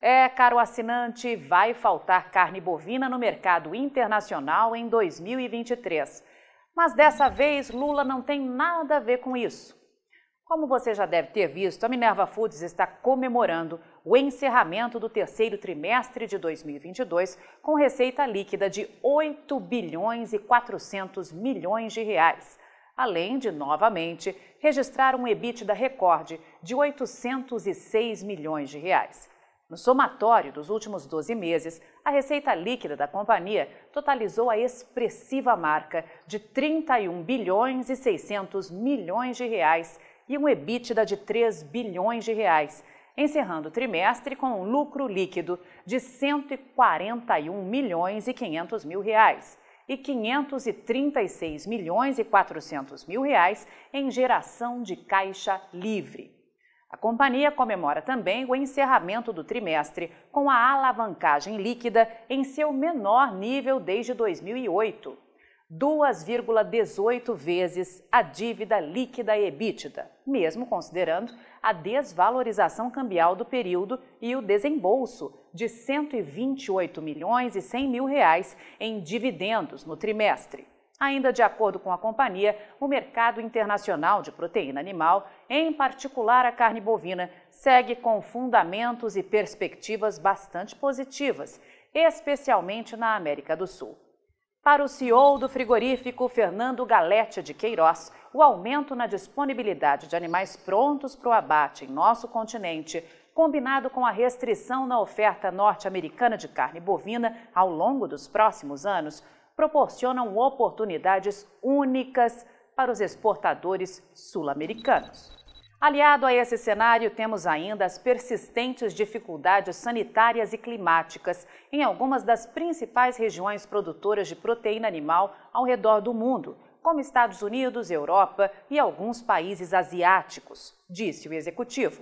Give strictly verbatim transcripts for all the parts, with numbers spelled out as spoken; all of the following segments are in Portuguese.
É, caro assinante, vai faltar carne bovina no mercado internacional em dois mil e vinte e três. Mas dessa vez, Lula não tem nada a ver com isso. Como você já deve ter visto, a Minerva Foods está comemorando o encerramento do terceiro trimestre de dois mil e vinte e dois com receita líquida de oito bilhões e quatrocentos milhões de reais, além de, novamente, registrar um EBITDA recorde de oitocentos e seis milhões de reais. No somatório dos últimos doze meses, a receita líquida da companhia totalizou a expressiva marca de trinta e um bilhões e seiscentos milhões de reais e um EBITDA de três bilhões de reais, encerrando o trimestre com um lucro líquido de cento e quarenta e um milhões e quinhentos mil reais e quinhentos e trinta e seis milhões e quatrocentos mil reais em geração de caixa livre. A companhia comemora também o encerramento do trimestre com a alavancagem líquida em seu menor nível desde dois mil e oito, duas vírgula dezoito vezes a dívida líquida EBITDA, mesmo considerando a desvalorização cambial do período e o desembolso de cento e vinte e oito milhões e cem mil reais em dividendos no trimestre. Ainda de acordo com a companhia, o mercado internacional de proteína animal, em particular a carne bovina, segue com fundamentos e perspectivas bastante positivas, especialmente na América do Sul. Para o C E O do frigorífico Fernando Galete de Queiroz, o aumento na disponibilidade de animais prontos para o abate em nosso continente, combinado com a restrição na oferta norte-americana de carne bovina ao longo dos próximos anos, proporcionam oportunidades únicas para os exportadores sul-americanos. Aliado a esse cenário, temos ainda as persistentes dificuldades sanitárias e climáticas em algumas das principais regiões produtoras de proteína animal ao redor do mundo, como Estados Unidos, Europa e alguns países asiáticos, disse o executivo.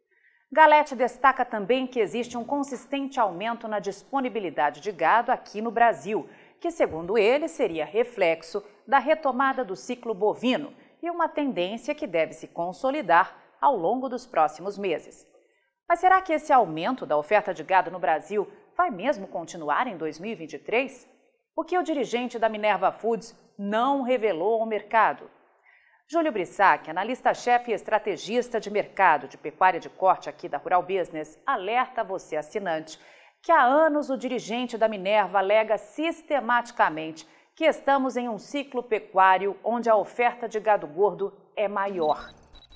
Galete destaca também que existe um consistente aumento na disponibilidade de gado aqui no Brasil, que, segundo ele, seria reflexo da retomada do ciclo bovino e uma tendência que deve se consolidar ao longo dos próximos meses. Mas será que esse aumento da oferta de gado no Brasil vai mesmo continuar em dois mil e vinte e três? O que o dirigente da Minerva Foods não revelou ao mercado? Júlio Brissac, analista-chefe e estrategista de mercado de pecuária de corte aqui da Rural Business, alerta você, assinante, que há anos o dirigente da Minerva alega sistematicamente que estamos em um ciclo pecuário onde a oferta de gado gordo é maior.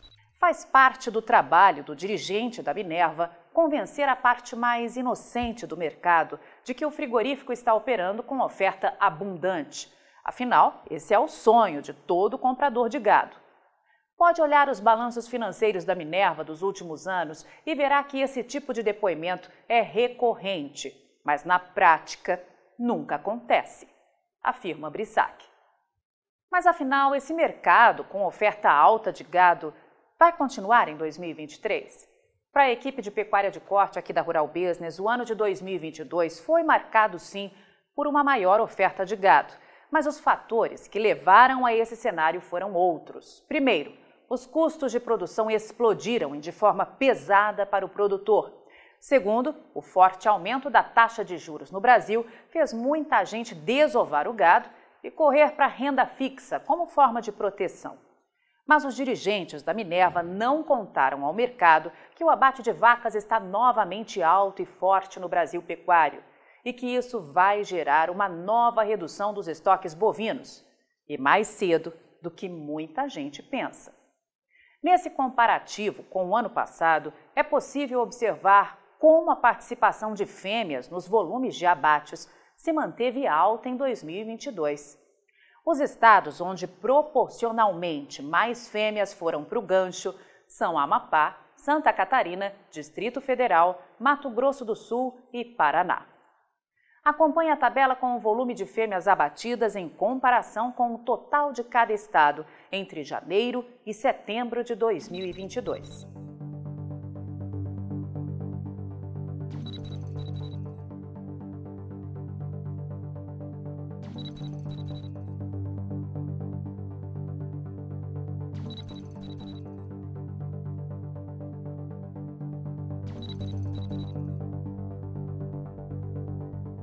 Faz parte do trabalho do dirigente da Minerva convencer a parte mais inocente do mercado de que o frigorífico está operando com oferta abundante. Afinal, esse é o sonho de todo comprador de gado. Pode olhar os balanços financeiros da Minerva dos últimos anos e verá que esse tipo de depoimento é recorrente, mas na prática nunca acontece, afirma Brissac. Mas afinal, esse mercado com oferta alta de gado vai continuar em dois mil e vinte e três? Para a equipe de pecuária de corte aqui da Rural Business, o ano de dois mil e vinte e dois foi marcado sim por uma maior oferta de gado, mas os fatores que levaram a esse cenário foram outros. Primeiro, os custos de produção explodiram de forma pesada para o produtor. Segundo, o forte aumento da taxa de juros no Brasil fez muita gente desovar o gado e correr para a renda fixa como forma de proteção. Mas os dirigentes da Minerva não contaram ao mercado que o abate de vacas está novamente alto e forte no Brasil pecuário e que isso vai gerar uma nova redução dos estoques bovinos, e mais cedo do que muita gente pensa. Nesse comparativo com o ano passado, é possível observar como a participação de fêmeas nos volumes de abates se manteve alta em dois mil e vinte e dois. Os estados onde proporcionalmente mais fêmeas foram para o gancho são Amapá, Santa Catarina, Distrito Federal, Mato Grosso do Sul e Paraná. Acompanhe a tabela com o volume de fêmeas abatidas em comparação com o total de cada estado entre janeiro e setembro de dois mil e vinte e dois.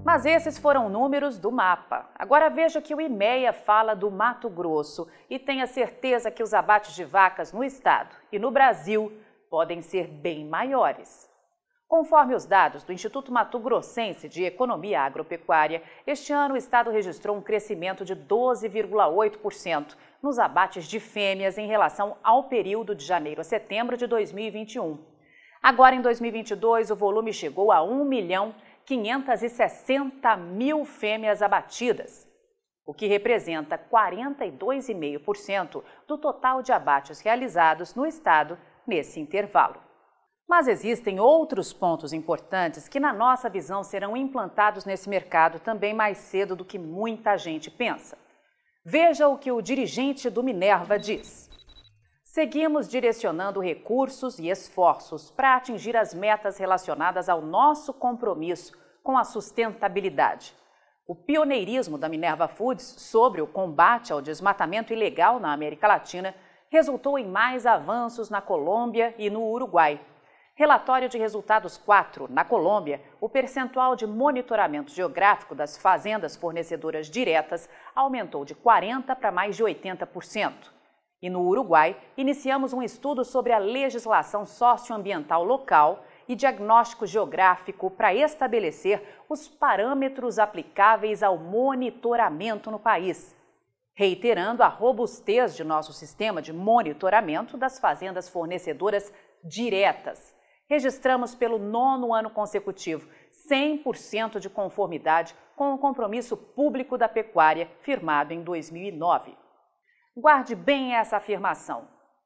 Mas esses foram números do mapa. Agora veja que o IMEA fala do Mato Grosso e tenha certeza que os abates de vacas no estado e no Brasil podem ser bem maiores. Conforme os dados do Instituto Mato Grossense de Economia Agropecuária, este ano o estado registrou um crescimento de doze vírgula oito por cento nos abates de fêmeas em relação ao período de janeiro a setembro de dois mil e vinte e um. Agora, em dois mil e vinte e dois, o volume chegou a um milhão quinhentas e sessenta mil fêmeas abatidas, o que representa quarenta e dois vírgula cinco por cento do total de abates realizados no estado nesse intervalo. Mas existem outros pontos importantes que, na nossa visão, serão implantados nesse mercado também mais cedo do que muita gente pensa. Veja o que o dirigente do Minerva diz. Seguimos direcionando recursos e esforços para atingir as metas relacionadas ao nosso compromisso com a sustentabilidade. O pioneirismo da Minerva Foods sobre o combate ao desmatamento ilegal na América Latina resultou em mais avanços na Colômbia e no Uruguai. Relatório de resultados quatro, na Colômbia, o percentual de monitoramento geográfico das fazendas fornecedoras diretas aumentou de quarenta por cento para mais de oitenta por cento. E no Uruguai, iniciamos um estudo sobre a legislação socioambiental local e diagnóstico geográfico para estabelecer os parâmetros aplicáveis ao monitoramento no país, reiterando a robustez de nosso sistema de monitoramento das fazendas fornecedoras diretas. Registramos pelo nono ano consecutivo cem por cento de conformidade com o compromisso público da pecuária firmado em dois mil e nove. Guarde bem essa afirmação.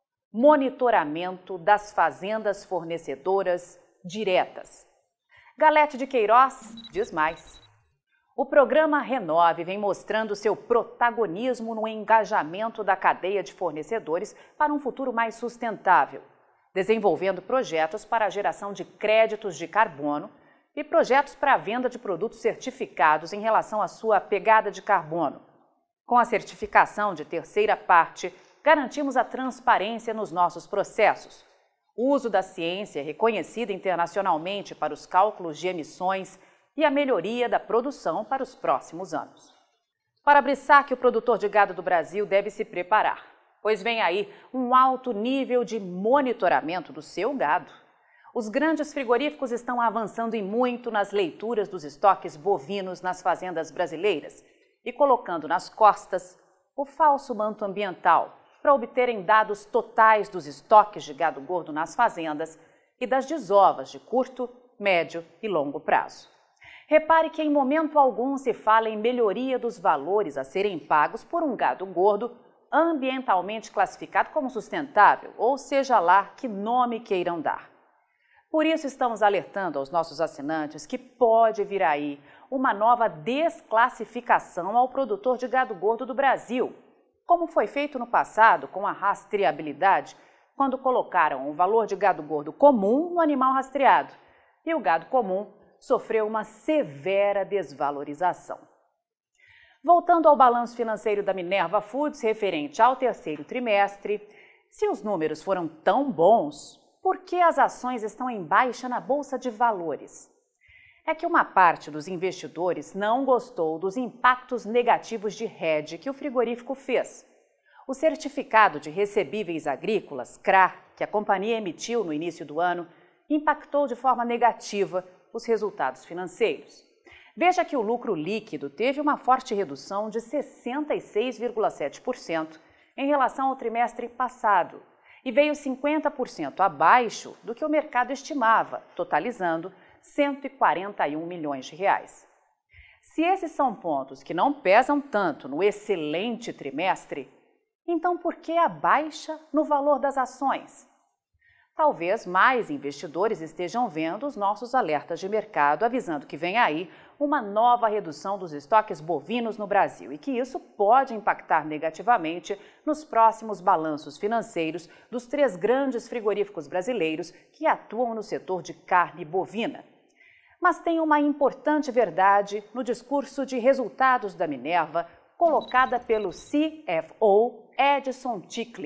Monitoramento das fazendas fornecedoras diretas. Galete de Queiroz diz mais. O programa Renove vem mostrando seu protagonismo no engajamento da cadeia de fornecedores para um futuro mais sustentável, desenvolvendo projetos para a geração de créditos de carbono e projetos para a venda de produtos certificados em relação à sua pegada de carbono. Com a certificação de terceira parte, garantimos a transparência nos nossos processos, o uso da ciência reconhecida internacionalmente para os cálculos de emissões e a melhoria da produção para os próximos anos. Para abriçar que o produtor de gado do Brasil deve se preparar, pois vem aí um alto nível de monitoramento do seu gado. Os grandes frigoríficos estão avançando e muito nas leituras dos estoques bovinos nas fazendas brasileiras e colocando nas costas o falso manto ambiental para obterem dados totais dos estoques de gado gordo nas fazendas e das desovas de curto, médio e longo prazo. Repare que em momento algum se fala em melhoria dos valores a serem pagos por um gado gordo ambientalmente classificado como sustentável, ou seja lá que nome queiram dar. Por isso estamos alertando aos nossos assinantes que pode vir aí uma nova desclassificação ao produtor de gado gordo do Brasil, como foi feito no passado com a rastreabilidade, quando colocaram o valor de gado gordo comum no animal rastreado, e o gado comum sofreu uma severa desvalorização. Voltando ao balanço financeiro da Minerva Foods referente ao terceiro trimestre, se os números foram tão bons, por que as ações estão em baixa na Bolsa de Valores? É que uma parte dos investidores não gostou dos impactos negativos de hedge que o frigorífico fez. O certificado de recebíveis agrícolas, C R A, que a companhia emitiu no início do ano, impactou de forma negativa os resultados financeiros. Veja que o lucro líquido teve uma forte redução de sessenta e seis vírgula sete por cento em relação ao trimestre passado e veio cinquenta por cento abaixo do que o mercado estimava, totalizando cento e quarenta e um milhões de reais. Se esses são pontos que não pesam tanto no excelente trimestre, então por que a baixa no valor das ações? Talvez mais investidores estejam vendo os nossos alertas de mercado avisando que vem aí uma nova redução dos estoques bovinos no Brasil e que isso pode impactar negativamente nos próximos balanços financeiros dos três grandes frigoríficos brasileiros que atuam no setor de carne bovina. Mas tem uma importante verdade no discurso de resultados da Minerva colocada pelo C F O Edson Ticle,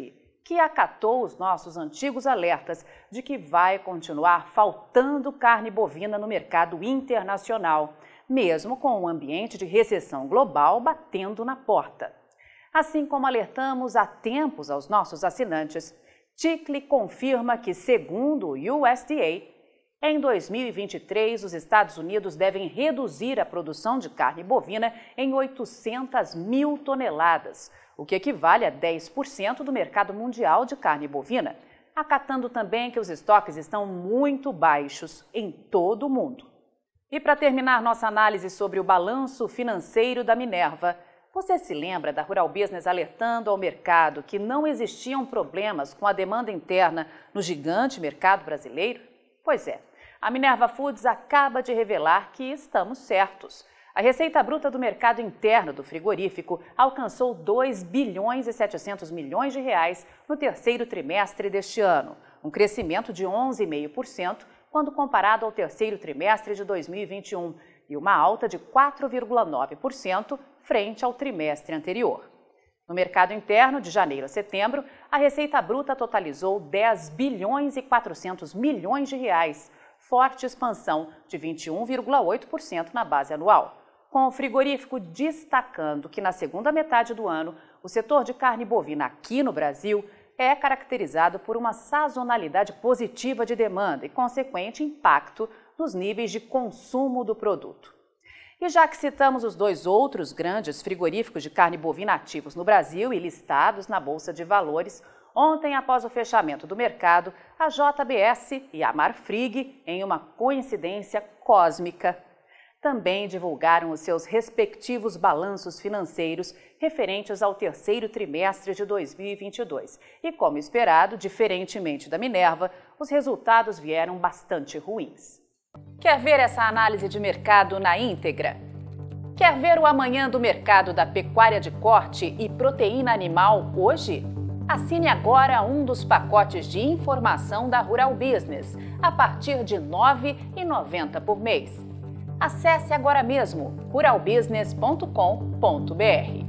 que acatou os nossos antigos alertas de que vai continuar faltando carne bovina no mercado internacional, mesmo com um ambiente de recessão global batendo na porta. Assim como alertamos há tempos aos nossos assinantes, Tikly confirma que, segundo o U S D A, em dois mil e vinte e três, os Estados Unidos devem reduzir a produção de carne bovina em oitocentas mil toneladas, o que equivale a dez por cento do mercado mundial de carne bovina, acatando também que os estoques estão muito baixos em todo o mundo. E para terminar nossa análise sobre o balanço financeiro da Minerva, você se lembra da Rural Business alertando ao mercado que não existiam problemas com a demanda interna no gigante mercado brasileiro? Pois é, a Minerva Foods acaba de revelar que estamos certos. A receita bruta do mercado interno do frigorífico alcançou dois bilhões e setecentos milhões de reais no terceiro trimestre deste ano, um crescimento de onze vírgula cinco por cento quando comparado ao terceiro trimestre de dois mil e vinte e um e uma alta de quatro vírgula nove por cento frente ao trimestre anterior. No mercado interno, de janeiro a setembro, a receita bruta totalizou dez bilhões e quatrocentos milhões de reais, forte expansão de vinte e um vírgula oito por cento na base anual, com o frigorífico destacando que na segunda metade do ano, o setor de carne bovina aqui no Brasil é caracterizado por uma sazonalidade positiva de demanda e consequente impacto nos níveis de consumo do produto. E já que citamos os dois outros grandes frigoríficos de carne bovina ativos no Brasil e listados na Bolsa de Valores, ontem, após o fechamento do mercado, a J B S e a Marfrig, em uma coincidência cósmica, também divulgaram os seus respectivos balanços financeiros referentes ao terceiro trimestre de dois mil e vinte e dois. E, como esperado, diferentemente da Minerva, os resultados vieram bastante ruins. Quer ver essa análise de mercado na íntegra? Quer ver o amanhã do mercado da pecuária de corte e proteína animal hoje? Assine agora um dos pacotes de informação da Rural Business, a partir de nove reais e noventa centavos por mês. Acesse agora mesmo rural business ponto com ponto br.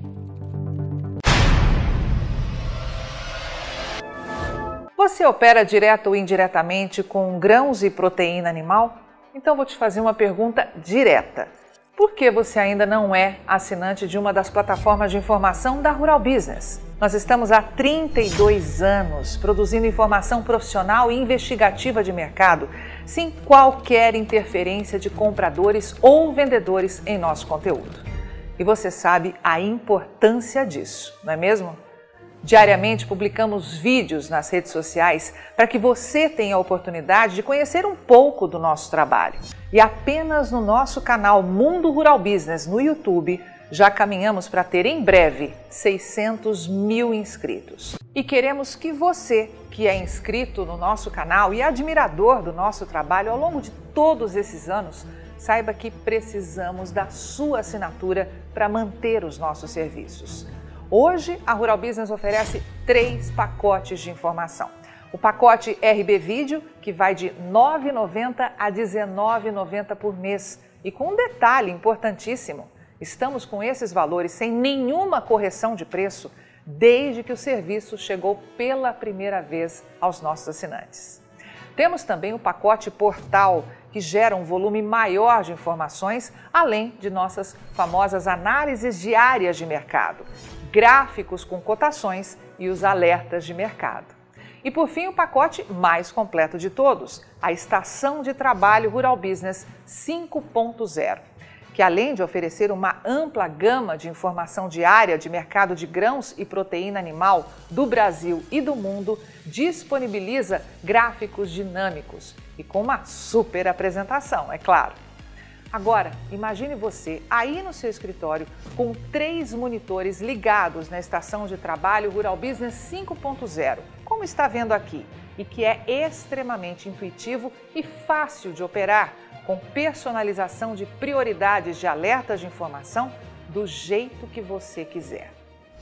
Você opera direto ou indiretamente com grãos e proteína animal? Então vou te fazer uma pergunta direta. Por que você ainda não é assinante de uma das plataformas de informação da Rural Business? Nós estamos há trinta e dois anos produzindo informação profissional e investigativa de mercado, sem qualquer interferência de compradores ou vendedores em nosso conteúdo. E você sabe a importância disso, não é mesmo? Diariamente publicamos vídeos nas redes sociais para que você tenha a oportunidade de conhecer um pouco do nosso trabalho. E apenas no nosso canal Mundo Rural Business no YouTube, já caminhamos para ter em breve seiscentos mil inscritos. E queremos que você, que é inscrito no nosso canal e admirador do nosso trabalho ao longo de todos esses anos, saiba que precisamos da sua assinatura para manter os nossos serviços. Hoje, a Rural Business oferece três pacotes de informação. O pacote R B Vídeo, que vai de nove reais e noventa centavos a dezenove reais e noventa centavos por mês. E com um detalhe importantíssimo, estamos com esses valores sem nenhuma correção de preço desde que o serviço chegou pela primeira vez aos nossos assinantes. Temos também o pacote Portal, que gera um volume maior de informações, além de nossas famosas análises diárias de mercado, gráficos com cotações e os alertas de mercado. E por fim, o pacote mais completo de todos, a Estação de Trabalho Rural Business cinco ponto zero, que além de oferecer uma ampla gama de informação diária de mercado de grãos e proteína animal do Brasil e do mundo, disponibiliza gráficos dinâmicos e com uma super apresentação, é claro. Agora, imagine você aí no seu escritório com três monitores ligados na Estação de Trabalho Rural Business cinco ponto zero, como está vendo aqui, e que é extremamente intuitivo e fácil de operar, com personalização de prioridades de alertas de informação do jeito que você quiser.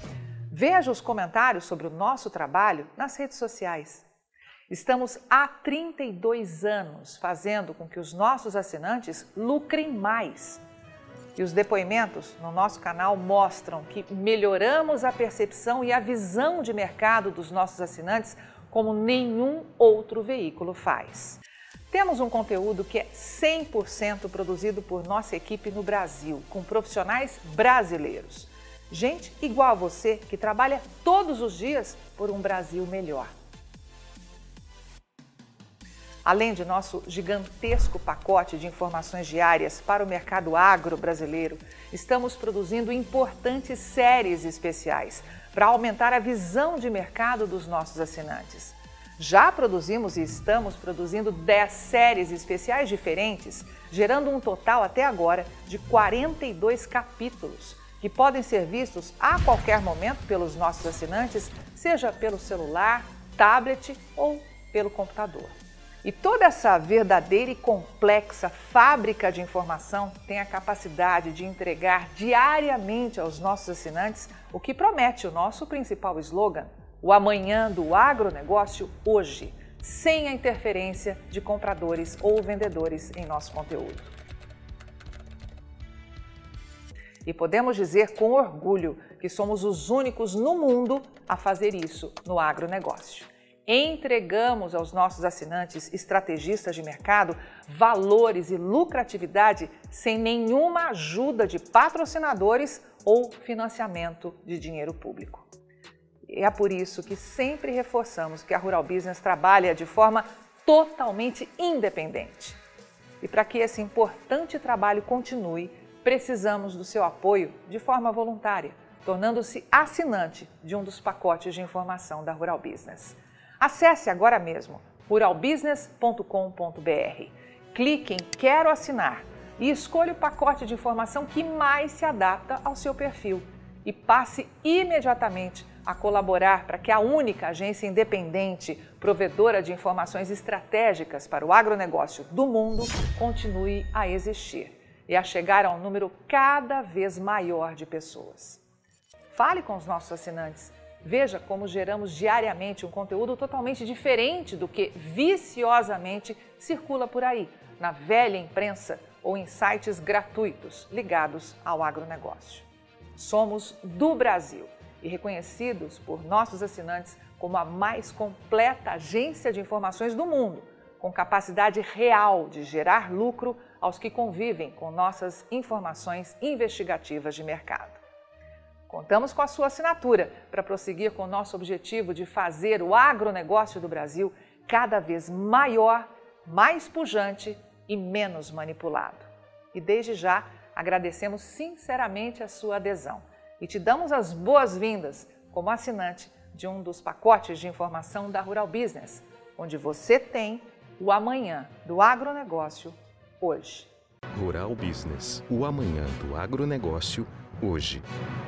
Veja os comentários sobre o nosso trabalho nas redes sociais. Estamos há trinta e dois anos fazendo com que os nossos assinantes lucrem mais. E os depoimentos no nosso canal mostram que melhoramos a percepção e a visão de mercado dos nossos assinantes como nenhum outro veículo faz. Temos um conteúdo que é cem por cento produzido por nossa equipe no Brasil, com profissionais brasileiros. Gente igual a você que trabalha todos os dias por um Brasil melhor. Além de nosso gigantesco pacote de informações diárias para o mercado agro brasileiro, estamos produzindo importantes séries especiais para aumentar a visão de mercado dos nossos assinantes. Já produzimos e estamos produzindo dez séries especiais diferentes, gerando um total até agora de quarenta e dois capítulos, que podem ser vistos a qualquer momento pelos nossos assinantes, seja pelo celular, tablet ou pelo computador. E toda essa verdadeira e complexa fábrica de informação tem a capacidade de entregar diariamente aos nossos assinantes o que promete o nosso principal slogan: o amanhã do agronegócio hoje, sem a interferência de compradores ou vendedores em nosso conteúdo. E podemos dizer com orgulho que somos os únicos no mundo a fazer isso no agronegócio. Entregamos aos nossos assinantes estrategistas de mercado valores e lucratividade sem nenhuma ajuda de patrocinadores ou financiamento de dinheiro público. E é por isso que sempre reforçamos que a Rural Business trabalha de forma totalmente independente. E para que esse importante trabalho continue, precisamos do seu apoio de forma voluntária, tornando-se assinante de um dos pacotes de informação da Rural Business. Acesse agora mesmo rural business ponto com ponto br, clique em Quero Assinar e escolha o pacote de informação que mais se adapta ao seu perfil e passe imediatamente a colaborar para que a única agência independente, provedora de informações estratégicas para o agronegócio do mundo, continue a existir e a chegar a um número cada vez maior de pessoas. Fale com os nossos assinantes. Veja como geramos diariamente um conteúdo totalmente diferente do que viciosamente circula por aí, na velha imprensa ou em sites gratuitos ligados ao agronegócio. Somos do Brasil e reconhecidos por nossos assinantes como a mais completa agência de informações do mundo, com capacidade real de gerar lucro aos que convivem com nossas informações investigativas de mercado. Contamos com a sua assinatura para prosseguir com o nosso objetivo de fazer o agronegócio do Brasil cada vez maior, mais pujante e menos manipulado. E desde já agradecemos sinceramente a sua adesão e te damos as boas-vindas como assinante de um dos pacotes de informação da Rural Business, onde você tem o amanhã do agronegócio hoje. Rural Business, o amanhã do agronegócio hoje.